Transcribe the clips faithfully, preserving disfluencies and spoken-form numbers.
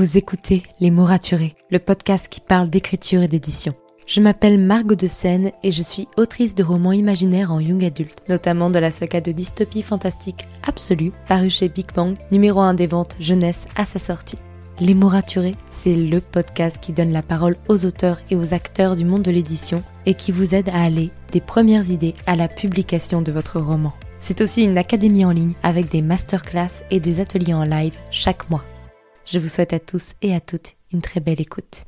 Vous écoutez Les Mots Raturés, le podcast qui parle d'écriture et d'édition. Je m'appelle Margot de Seine et je suis autrice de romans imaginaires en young adulte, notamment de la saga de dystopie fantastique Absolue, parue chez Big Bang, numéro un des ventes jeunesse à sa sortie. Les Mots Raturés, c'est le podcast qui donne la parole aux auteurs et aux acteurs du monde de l'édition et qui vous aide à aller des premières idées à la publication de votre roman. C'est aussi une académie en ligne avec des masterclass et des ateliers en live chaque mois. Je vous souhaite à tous et à toutes une très belle écoute.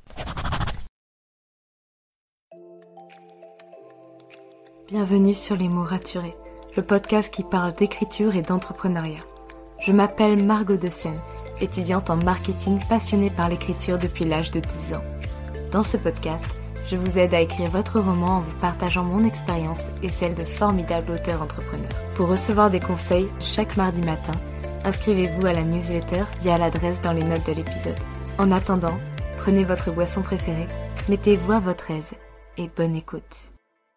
Bienvenue sur Les Mots Raturés, le podcast qui parle d'écriture et d'entrepreneuriat. Je m'appelle Margot de Seine, étudiante en marketing passionnée par l'écriture depuis l'âge de dix ans. Dans ce podcast, je vous aide à écrire votre roman en vous partageant mon expérience et celle de formidables auteurs entrepreneurs. Pour recevoir des conseils chaque mardi matin, inscrivez-vous à la newsletter via l'adresse dans les notes de l'épisode. En attendant, prenez votre boisson préférée, mettez-vous à votre aise et bonne écoute.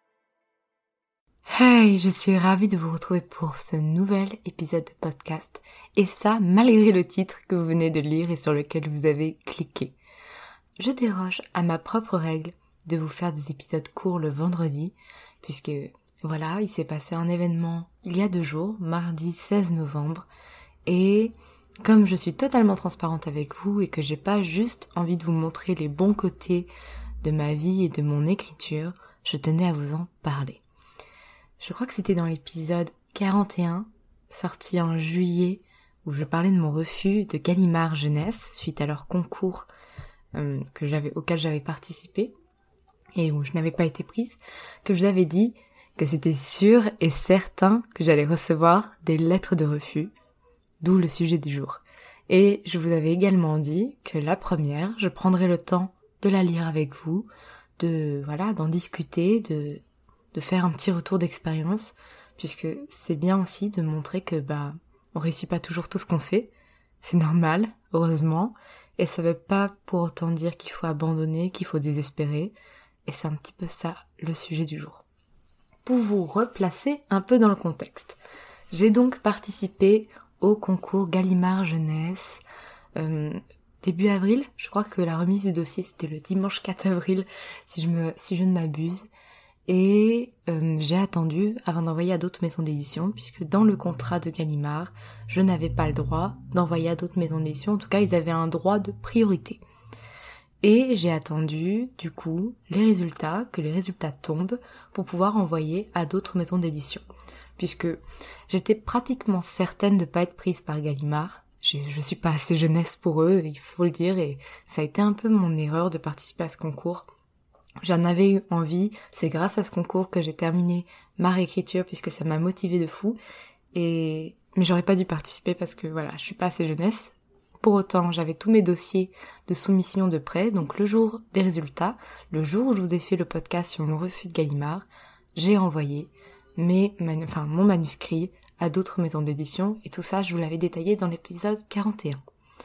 Hey, je suis ravie de vous retrouver pour ce nouvel épisode de podcast, et ça malgré le titre que vous venez de lire et sur lequel vous avez cliqué. Je déroge à ma propre règle de vous faire des épisodes courts le vendredi, puisque voilà, il s'est passé un événement il y a deux jours, mardi seize novembre, et comme je suis totalement transparente avec vous et que j'ai pas juste envie de vous montrer les bons côtés de ma vie et de mon écriture, je tenais à vous en parler. Je crois que c'était dans l'épisode quarante et un, sorti en juillet, où je parlais de mon refus de Gallimard Jeunesse, suite à leur concours euh, que j'avais, auquel j'avais participé, et où je n'avais pas été prise, que je vous avais dit que c'était sûr et certain que j'allais recevoir des lettres de refus, d'où le sujet du jour. Et je vous avais également dit que la première, je prendrais le temps de la lire avec vous, de voilà, d'en discuter, de de faire un petit retour d'expérience, puisque c'est bien aussi de montrer que bah on réussit pas toujours tout ce qu'on fait, c'est normal, heureusement, et ça veut pas pour autant dire qu'il faut abandonner, qu'il faut désespérer, et c'est un petit peu ça le sujet du jour. Pour vous replacer un peu dans le contexte, j'ai donc participé au concours Gallimard Jeunesse euh, début avril. Je crois que la remise du dossier c'était le dimanche quatre avril, si je me si je ne m'abuse. Et euh, j'ai attendu avant d'envoyer à d'autres maisons d'édition, puisque dans le contrat de Gallimard, je n'avais pas le droit d'envoyer à d'autres maisons d'édition. En tout cas, ils avaient un droit de priorité. Et j'ai attendu, du coup, les résultats, que les résultats tombent, pour pouvoir envoyer à d'autres maisons d'édition. Puisque j'étais pratiquement certaine de pas être prise par Gallimard. Je, je suis pas assez jeunesse pour eux, il faut le dire, et ça a été un peu mon erreur de participer à ce concours. J'en avais eu envie, c'est grâce à ce concours que j'ai terminé ma réécriture puisque ça m'a motivée de fou, et mais j'aurais pas dû participer parce que voilà, je suis pas assez jeunesse. Pour autant, j'avais tous mes dossiers de soumission de prêt, donc le jour des résultats, le jour où je vous ai fait le podcast sur mon refus de Gallimard, j'ai envoyé mes manu- enfin, mon manuscrit à d'autres maisons d'édition, et tout ça je vous l'avais détaillé dans l'épisode quarante et un.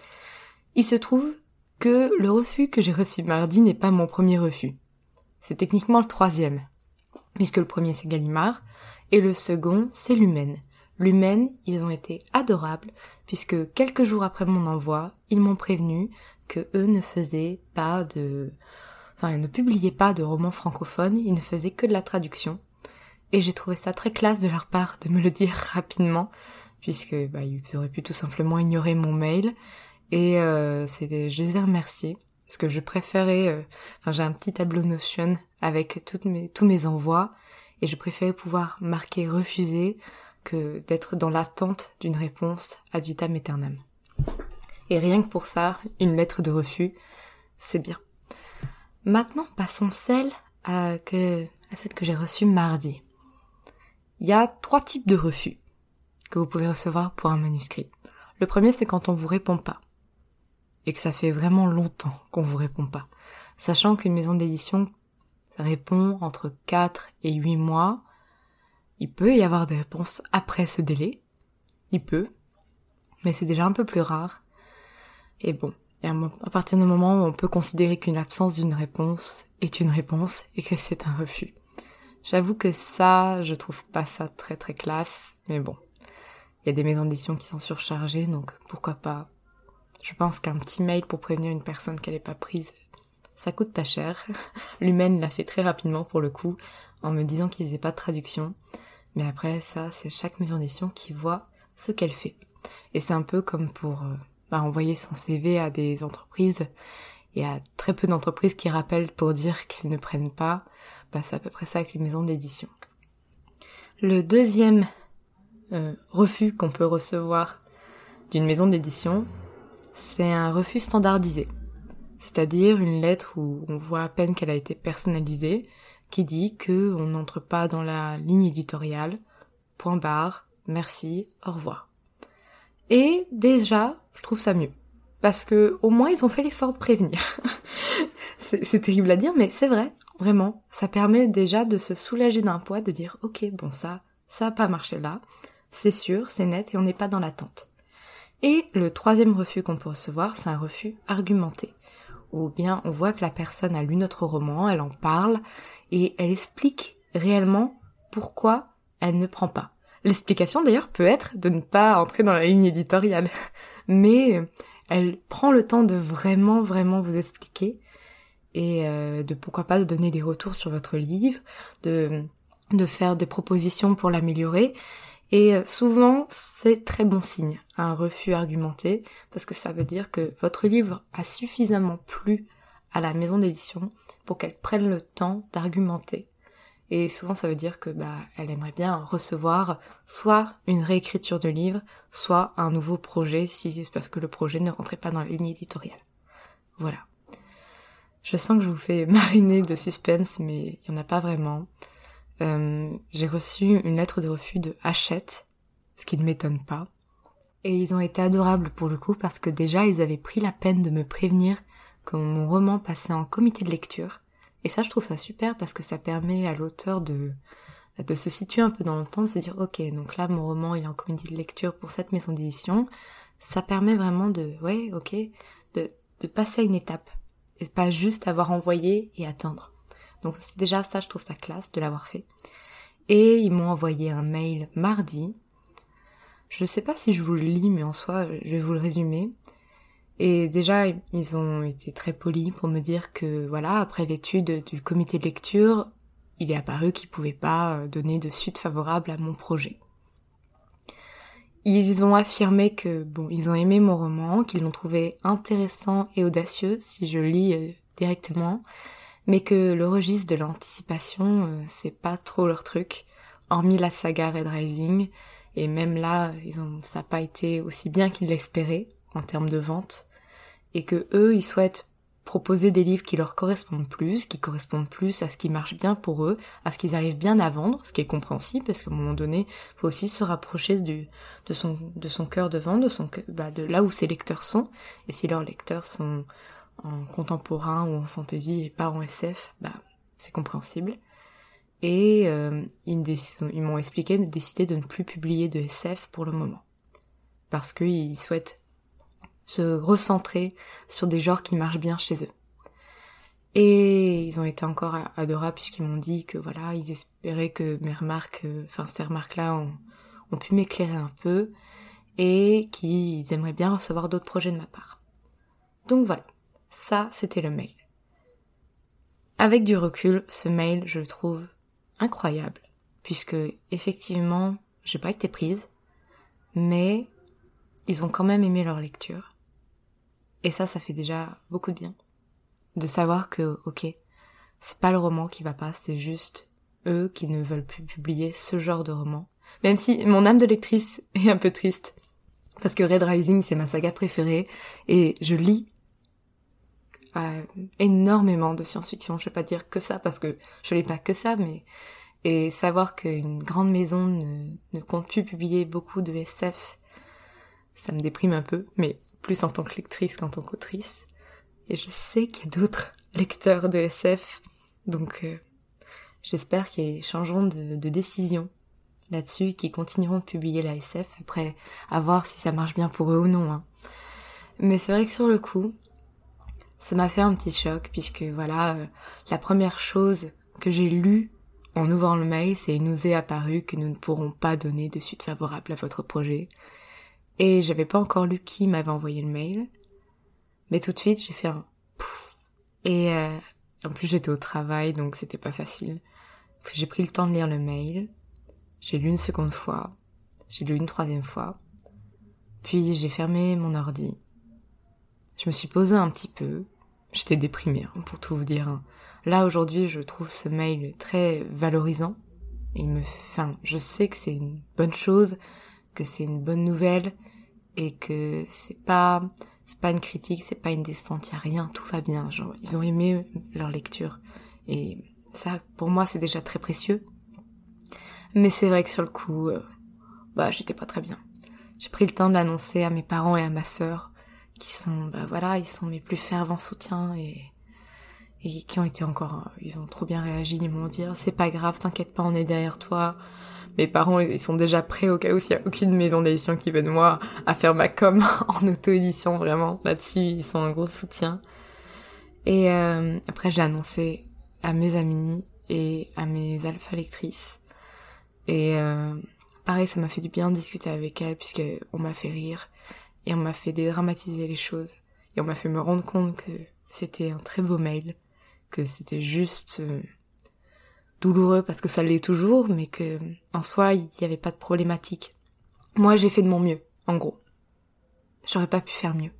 Il se trouve que le refus que j'ai reçu mardi n'est pas mon premier refus. C'est techniquement le troisième, puisque le premier c'est Gallimard, et le second c'est Lumen. Lumen, ils ont été adorables, puisque quelques jours après mon envoi, ils m'ont prévenu que eux ne faisaient pas de... Enfin, ils ne publiaient pas de romans francophones, ils ne faisaient que de la traduction. Et j'ai trouvé ça très classe de leur part de me le dire rapidement, puisque bah, ils auraient pu tout simplement ignorer mon mail, et euh, c'est, je les ai remerciés. Parce que je préférais, euh, enfin j'ai un petit tableau Notion avec toutes mes, tous mes envois, et je préférais pouvoir marquer refusé que d'être dans l'attente d'une réponse ad vitam aeternam. Et rien que pour ça, une lettre de refus, c'est bien. Maintenant, passons celle à, que, à celle que j'ai reçue mardi. Il y a trois types de refus que vous pouvez recevoir pour un manuscrit. Le premier, c'est quand on vous répond pas. Et que ça fait vraiment longtemps qu'on vous répond pas. Sachant qu'une maison d'édition, ça répond entre quatre et huit mois. Il peut y avoir des réponses après ce délai. Il peut. Mais c'est déjà un peu plus rare. Et bon, et à partir du moment où on peut considérer qu'une absence d'une réponse est une réponse et que c'est un refus. J'avoue que ça, je trouve pas ça très très classe. Mais bon, il y a des maisons d'édition qui sont surchargées, donc pourquoi pas Je pense qu'un petit mail pour prévenir une personne qu'elle n'est pas prise, ça coûte pas cher. L'Humaine l'a fait très rapidement pour le coup, en me disant qu'ils faisaient pas de traduction. Mais après, ça, c'est chaque maison d'édition qui voit ce qu'elle fait. Et c'est un peu comme pour euh, bah, envoyer son C V à des entreprises. Il y a très peu d'entreprises qui rappellent pour dire qu'elles ne prennent pas. Bah, c'est à peu près ça avec les maisons d'édition. Le deuxième euh, refus qu'on peut recevoir d'une maison d'édition, c'est un refus standardisé. C'est-à-dire une lettre où on voit à peine qu'elle a été personnalisée, qui dit que on n'entre pas dans la ligne éditoriale, point barre, merci, au revoir. Et déjà, je trouve ça mieux. Parce que au moins ils ont fait l'effort de prévenir. c'est, c'est terrible à dire, mais c'est vrai, vraiment. Ça permet déjà de se soulager d'un poids, de dire ok, bon ça, ça a pas marché là, c'est sûr, c'est net et on n'est pas dans l'attente. Et le troisième refus qu'on peut recevoir, c'est un refus argumenté. Ou bien on voit que la personne a lu notre roman, elle en parle, et elle explique réellement pourquoi elle ne prend pas. L'explication d'ailleurs peut être de ne pas entrer dans la ligne éditoriale, mais elle prend le temps de vraiment vraiment vous expliquer, et euh, de pourquoi pas de donner des retours sur votre livre, de, de faire des propositions pour l'améliorer. Et souvent, c'est très bon signe, un refus argumenté, parce que ça veut dire que votre livre a suffisamment plu à la maison d'édition pour qu'elle prenne le temps d'argumenter. Et souvent, ça veut dire que bah, elle aimerait bien recevoir soit une réécriture de livre, soit un nouveau projet, si c'est parce que le projet ne rentrait pas dans la ligne éditoriale. Voilà. Je sens que je vous fais mariner de suspense, mais il n'y en a pas vraiment. Euh, j'ai reçu une lettre de refus de Hachette, ce qui ne m'étonne pas. Et ils ont été adorables pour le coup parce que déjà ils avaient pris la peine de me prévenir que mon roman passait en comité de lecture. Et ça je trouve ça super parce que ça permet à l'auteur de, de se situer un peu dans le temps, de se dire ok, donc là mon roman il est en comité de lecture pour cette maison d'édition. Ça permet vraiment de, ouais, ok, de, de passer à une étape. Et pas juste avoir envoyé et attendre. Donc c'est déjà ça, je trouve ça classe de l'avoir fait. Et ils m'ont envoyé un mail mardi. Je sais pas si je vous le lis, mais en soi, je vais vous le résumer. Et déjà, ils ont été très polis pour me dire que, voilà, après l'étude du comité de lecture, il est apparu qu'ils pouvaient pas donner de suite favorable à mon projet. Ils ont affirmé que, bon, ils ont aimé mon roman, qu'ils l'ont trouvé intéressant et audacieux, si je lis euh, directement, mais que le registre de l'anticipation, euh, c'est pas trop leur truc, hormis la saga Red Rising, et même là, ils ont, ça n'a pas été aussi bien qu'ils l'espéraient, en termes de vente, et que eux, ils souhaitent proposer des livres qui leur correspondent plus, qui correspondent plus à ce qui marche bien pour eux, à ce qu'ils arrivent bien à vendre, ce qui est compréhensible, parce qu'à un moment donné, il faut aussi se rapprocher du, de son, de son cœur de vente, de son, bah, de là où ses lecteurs sont, et si leurs lecteurs sont en contemporain ou en fantasy et pas en S F, bah c'est compréhensible. Et euh, ils, déc- ils m'ont expliqué de décider de ne plus publier de S F pour le moment. Parce qu'ils souhaitent se recentrer sur des genres qui marchent bien chez eux. Et ils ont été encore adorables puisqu'ils m'ont dit que voilà, ils espéraient que mes remarques, enfin ces remarques-là ont, ont pu m'éclairer un peu et qu'ils aimeraient bien recevoir d'autres projets de ma part. Donc voilà. Ça, c'était le mail. Avec du recul, ce mail, je le trouve incroyable, puisque effectivement, j'ai pas été prise, mais ils ont quand même aimé leur lecture. Et ça, ça fait déjà beaucoup de bien. De savoir que, ok, c'est pas le roman qui va pas, c'est juste eux qui ne veulent plus publier ce genre de roman. Même si mon âme de lectrice est un peu triste, parce que Red Rising, c'est ma saga préférée, et je lis Euh, énormément de science-fiction. Je vais pas dire que ça parce que je lis pas que ça, mais et savoir qu'une grande maison ne, ne compte plus publier beaucoup de S F, ça me déprime un peu, mais plus en tant que lectrice qu'en tant qu'autrice. Et je sais qu'il y a d'autres lecteurs de S F, donc euh, j'espère qu'ils changeront de, de décision là-dessus et qu'ils continueront de publier la S F, après à voir si ça marche bien pour eux ou non. Hein. Mais c'est vrai que sur le coup, ça m'a fait un petit choc puisque voilà, euh, la première chose que j'ai lue en ouvrant le mail, c'est « Il nous est apparu que nous ne pourrons pas donner de suite favorable à votre projet ». Et j'avais pas encore lu qui m'avait envoyé le mail. Mais tout de suite, j'ai fait un pouf. Et euh, en plus, j'étais au travail, donc c'était pas facile. Puis j'ai pris le temps de lire le mail. J'ai lu une seconde fois. J'ai lu une troisième fois. Puis j'ai fermé mon ordi. Je me suis posée un petit peu. J'étais déprimée, hein, pour tout vous dire. Hein. Là, aujourd'hui, je trouve ce mail très valorisant. Et il me, enfin, je sais que c'est une bonne chose, que c'est une bonne nouvelle, et que c'est pas, c'est pas une critique, c'est pas une descente, y a rien, tout va bien. Genre, ils ont aimé leur lecture. Et ça, pour moi, c'est déjà très précieux. Mais c'est vrai que sur le coup, euh, bah, j'étais pas très bien. J'ai pris le temps de l'annoncer à mes parents et à ma sœur, qui sont, bah voilà, ils sont mes plus fervents soutiens et, et qui ont été encore, ils ont trop bien réagi, ils m'ont dit, c'est pas grave, t'inquiète pas, on est derrière toi. Mes parents, ils sont déjà prêts au cas où s'il y a aucune maison d'édition qui veut de moi à faire ma com en auto-édition, vraiment. Là-dessus, ils sont un gros soutien. Et euh, après, j'ai annoncé à mes amis et à mes alpha lectrices. Et euh, pareil, ça m'a fait du bien de discuter avec elles, puisqu'on m'a fait rire. Et on m'a fait dédramatiser les choses. Et on m'a fait me rendre compte que c'était un très beau mail. Que c'était juste euh, douloureux parce que ça l'est toujours, mais que en soi, il n'y avait pas de problématique. Moi, j'ai fait de mon mieux, en gros. J'aurais pas pu faire mieux.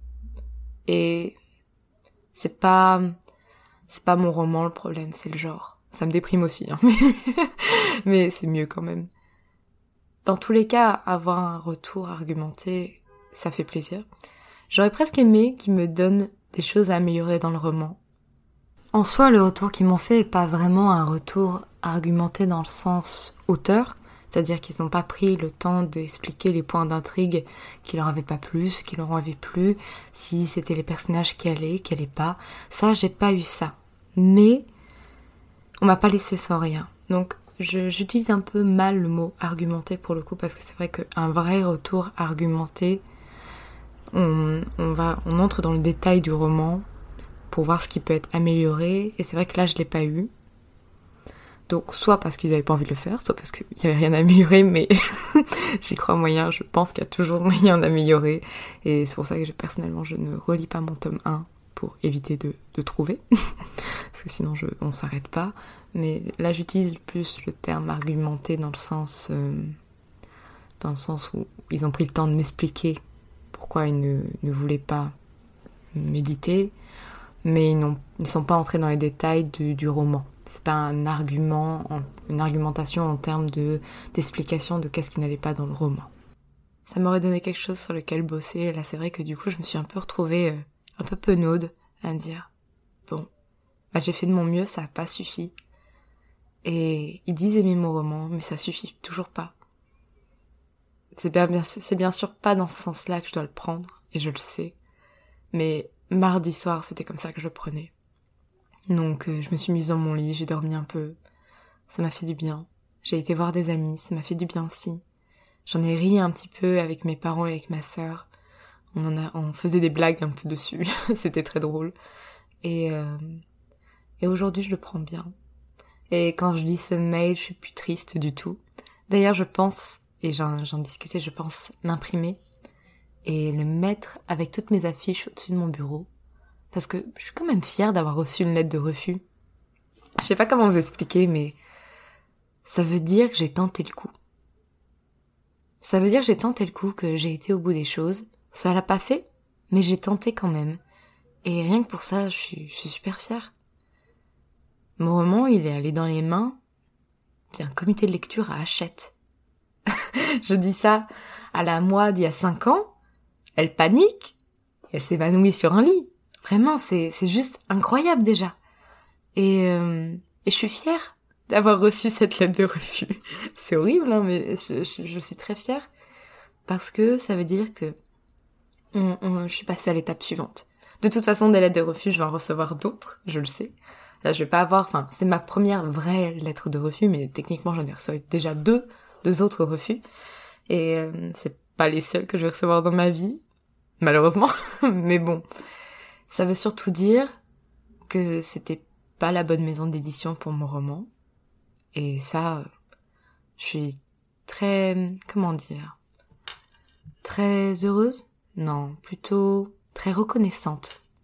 Et c'est pas, c'est pas mon roman le problème, c'est le genre. Ça me déprime aussi, hein, mais, mais c'est mieux quand même. Dans tous les cas, avoir un retour argumenté, ça fait plaisir. J'aurais presque aimé qu'ils me donnent des choses à améliorer dans le roman. En soi, le retour qu'ils m'ont fait est pas vraiment un retour argumenté dans le sens auteur, c'est-à-dire qu'ils n'ont pas pris le temps d'expliquer les points d'intrigue qui leur avaient pas plu, ce qui leur avait plu, si c'était les personnages qui allaient, qui allaient pas. Ça, j'ai pas eu ça. Mais on m'a pas laissé sans rien. Donc, je, j'utilise un peu mal le mot argumenté pour le coup, parce que c'est vrai qu'un vrai retour argumenté, on, on va, on entre dans le détail du roman pour voir ce qui peut être amélioré, et c'est vrai que là je l'ai pas eu. Donc soit parce qu'ils avaient pas envie de le faire, soit parce qu'il y avait rien à améliorer, mais j'y crois moyen, je pense qu'il y a toujours moyen d'améliorer, et c'est pour ça que je, personnellement je ne relis pas mon tome un pour éviter de, de trouver, parce que sinon je, on s'arrête pas. Mais là j'utilise plus le terme argumenté dans le sens, euh, dans le sens où ils ont pris le temps de m'expliquer pourquoi ils ne, ne voulaient pas méditer, mais ils n'ont, ne sont pas entrés dans les détails du, du roman. C'est pas un argument, en, une argumentation en termes de, d'explication de qu'est-ce qui n'allait pas dans le roman. Ça m'aurait donné quelque chose sur lequel bosser, et là c'est vrai que du coup je me suis un peu retrouvée euh, un peu penaude à me dire, bon, bah j'ai fait de mon mieux, ça n'a pas suffi. Et ils disent aimer mon roman, mais ça suffit toujours pas. C'est bien, bien, c'est bien sûr pas dans ce sens-là que je dois le prendre, et je le sais, mais mardi soir, c'était comme ça que je le prenais. Donc euh, je me suis mise dans mon lit, j'ai dormi un peu. Ça m'a fait du bien. J'ai été voir des amis, ça m'a fait du bien aussi. J'en ai ri un petit peu avec mes parents et avec ma sœur. On en a, on faisait des blagues un peu dessus. C'était très drôle. Et, euh, et aujourd'hui, je le prends bien. Et quand je lis ce mail, je suis plus triste du tout. D'ailleurs, je pense, et j'en, j'en discutais, je pense l'imprimer et le mettre avec toutes mes affiches au-dessus de mon bureau. Parce que je suis quand même fière d'avoir reçu une lettre de refus. Je sais pas comment vous expliquer, mais ça veut dire que j'ai tenté le coup. Ça veut dire que j'ai tenté le coup, que j'ai été au bout des choses. Ça l'a pas fait, mais j'ai tenté quand même. Et rien que pour ça, je suis, je suis super fière. Mon roman, il est allé dans les mains d'un comité de lecture à Hachette. Je dis ça à la moi d'il y a cinq ans. Elle panique. Elle s'évanouit sur un lit. Vraiment, c'est, c'est juste incroyable déjà. Et, euh, et je suis fière d'avoir reçu cette lettre de refus. C'est horrible, hein, mais je, je, je suis très fière. Parce que ça veut dire que on, on, je suis passée à l'étape suivante. De toute façon, des lettres de refus, je vais en recevoir d'autres, je le sais. Là, je vais pas avoir... Enfin, c'est ma première vraie lettre de refus, mais techniquement, j'en ai reçu déjà deux, deux autres refus. Et euh, c'est pas les seuls que je vais recevoir dans ma vie, malheureusement. Mais bon... Ça veut surtout dire que c'était pas la bonne maison d'édition pour mon roman. Et ça, je suis très, comment dire, très heureuse? Non, plutôt très reconnaissante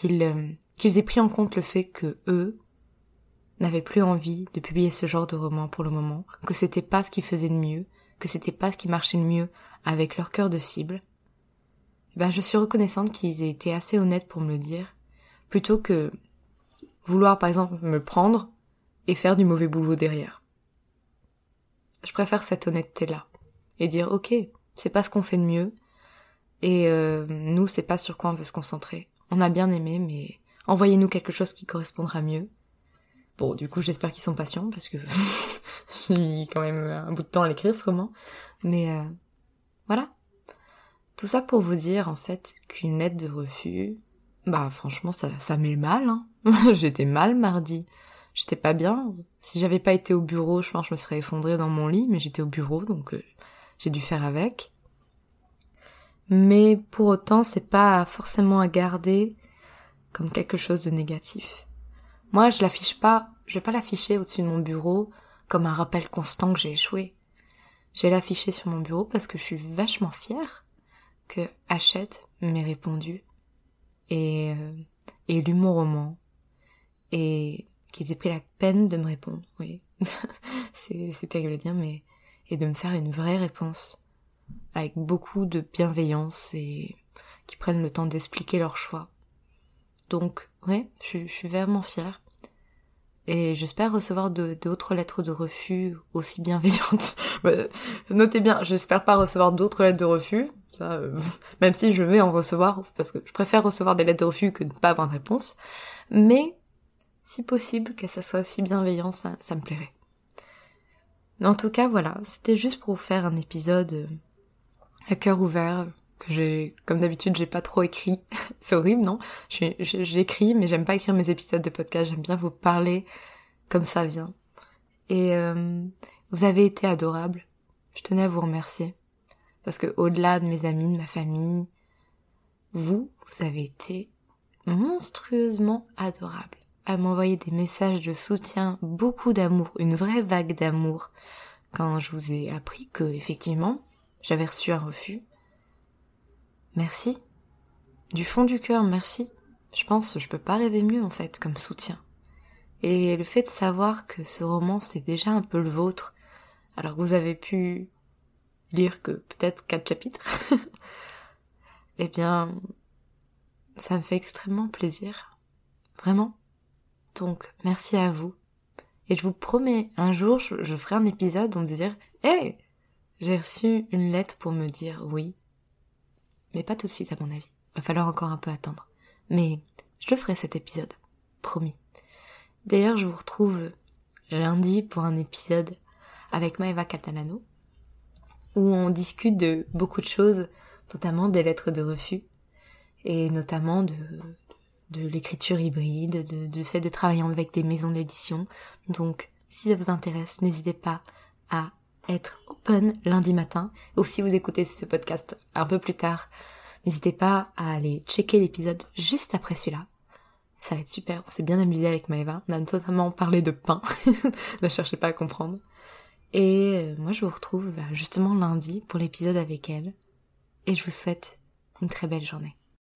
qu'ils, euh, qu'ils aient pris en compte le fait que eux n'avaient plus envie de publier ce genre de roman pour le moment, que c'était pas ce qui faisait de mieux, que c'était pas ce qui marchait le mieux avec leur cœur de cible. Ben, je suis reconnaissante qu'ils aient été assez honnêtes pour me le dire, plutôt que vouloir par exemple me prendre et faire du mauvais boulot derrière. Je préfère cette honnêteté-là et dire ok, c'est pas ce qu'on fait de mieux et euh, nous c'est pas sur quoi on veut se concentrer. On a bien aimé mais envoyez-nous quelque chose qui correspondra mieux. Bon, du coup j'espère qu'ils sont patients parce que j'ai mis quand même un bout de temps à l'écrire ce roman, mais euh, voilà. Tout ça pour vous dire en fait qu'une lettre de refus, bah franchement ça, ça met mal, hein. J'étais mal mardi, j'étais pas bien. Si j'avais pas été au bureau, je pense que je me serais effondrée dans mon lit, mais j'étais au bureau donc euh, j'ai dû faire avec. Mais pour autant c'est pas forcément à garder comme quelque chose de négatif. Moi je l'affiche pas, je vais pas l'afficher au-dessus de mon bureau comme un rappel constant que j'ai échoué. Je vais l'afficher sur mon bureau parce que je suis vachement fière que Hachette m'ait répondu et, euh, et lu mon roman et qu'ils aient pris la peine de me répondre, oui, c'est, c'est terrible à dire, mais et de me faire une vraie réponse avec beaucoup de bienveillance et qui prennent le temps d'expliquer leur choix. Donc, ouais, je, je suis vraiment fière et j'espère recevoir de, d'autres lettres de refus aussi bienveillantes. Notez bien, j'espère pas recevoir d'autres lettres de refus. Ça, euh, même si je vais en recevoir, parce que je préfère recevoir des lettres de refus que de ne pas avoir de réponse, mais si possible, que ça soit aussi bienveillant, ça, ça me plairait. Mais en tout cas, voilà, c'était juste pour vous faire un épisode à cœur ouvert, que j'ai, comme d'habitude, j'ai pas trop écrit. C'est horrible, non? je, je, J'écris, mais j'aime pas écrire mes épisodes de podcast, j'aime bien vous parler comme ça vient. Et euh, vous avez été adorables, je tenais à vous remercier. Parce que au-delà de mes amis, de ma famille, vous, vous avez été monstrueusement adorables. À m'envoyer des messages de soutien, beaucoup d'amour, une vraie vague d'amour, quand je vous ai appris que, effectivement, j'avais reçu un refus. Merci. Du fond du cœur, merci. Je pense que je peux pas rêver mieux, en fait, comme soutien. Et le fait de savoir que ce roman, c'est déjà un peu le vôtre, alors que vous avez pu lire que peut-être quatre chapitres, eh bien, ça me fait extrêmement plaisir. Vraiment. Donc, merci à vous. Et je vous promets, un jour, je, je ferai un épisode où on me dire « Hey, j'ai reçu une lettre pour me dire oui. » Mais pas tout de suite, à mon avis. Va falloir encore un peu attendre. Mais je le ferai cet épisode. Promis. D'ailleurs, je vous retrouve lundi pour un épisode avec Maëva Catalano, où on discute de beaucoup de choses, notamment des lettres de refus, et notamment de, de l'écriture hybride, de, de fait de travailler avec des maisons d'édition. Donc, si ça vous intéresse, n'hésitez pas à être open lundi matin, ou si vous écoutez ce podcast un peu plus tard, n'hésitez pas à aller checker l'épisode juste après celui-là. Ça va être super, on s'est bien amusé avec Maëva, on a notamment parlé de pain, ne cherchez pas à comprendre. Et moi je vous retrouve bah, justement lundi pour l'épisode avec elle. Et je vous souhaite une très belle journée.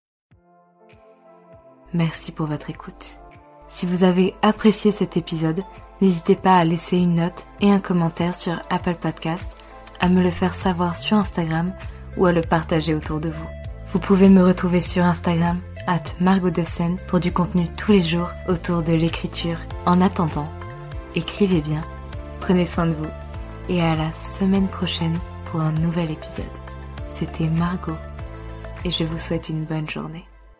Merci pour votre écoute. Si vous avez apprécié cet épisode, n'hésitez pas à laisser une note et un commentaire sur Apple Podcast, à me le faire savoir sur Instagram ou à le partager autour de vous. Vous pouvez me retrouver sur Instagram arobase margot de seine pour du contenu tous les jours autour de l'écriture. En attendant, écrivez bien, prenez soin de vous. Et à la semaine prochaine pour un nouvel épisode. C'était Margot et je vous souhaite une bonne journée.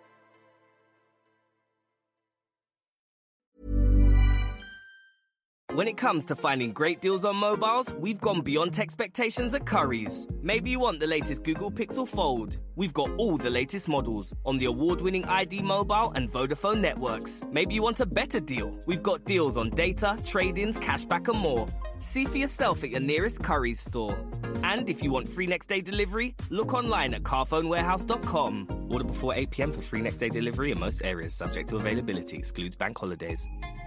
When it comes to finding great deals on mobiles, we've gone beyond expectations at Currys. Maybe you want the latest Google Pixel Fold. We've got all the latest models on the award-winning I D Mobile and Vodafone networks. Maybe you want a better deal. We've got deals on data, trade-ins, cashback and more. See for yourself at your nearest Currys store. And if you want free next day delivery, look online at carphone warehouse dot com. Order before eight p.m. for free next day delivery in most areas, subject to availability, excludes bank holidays.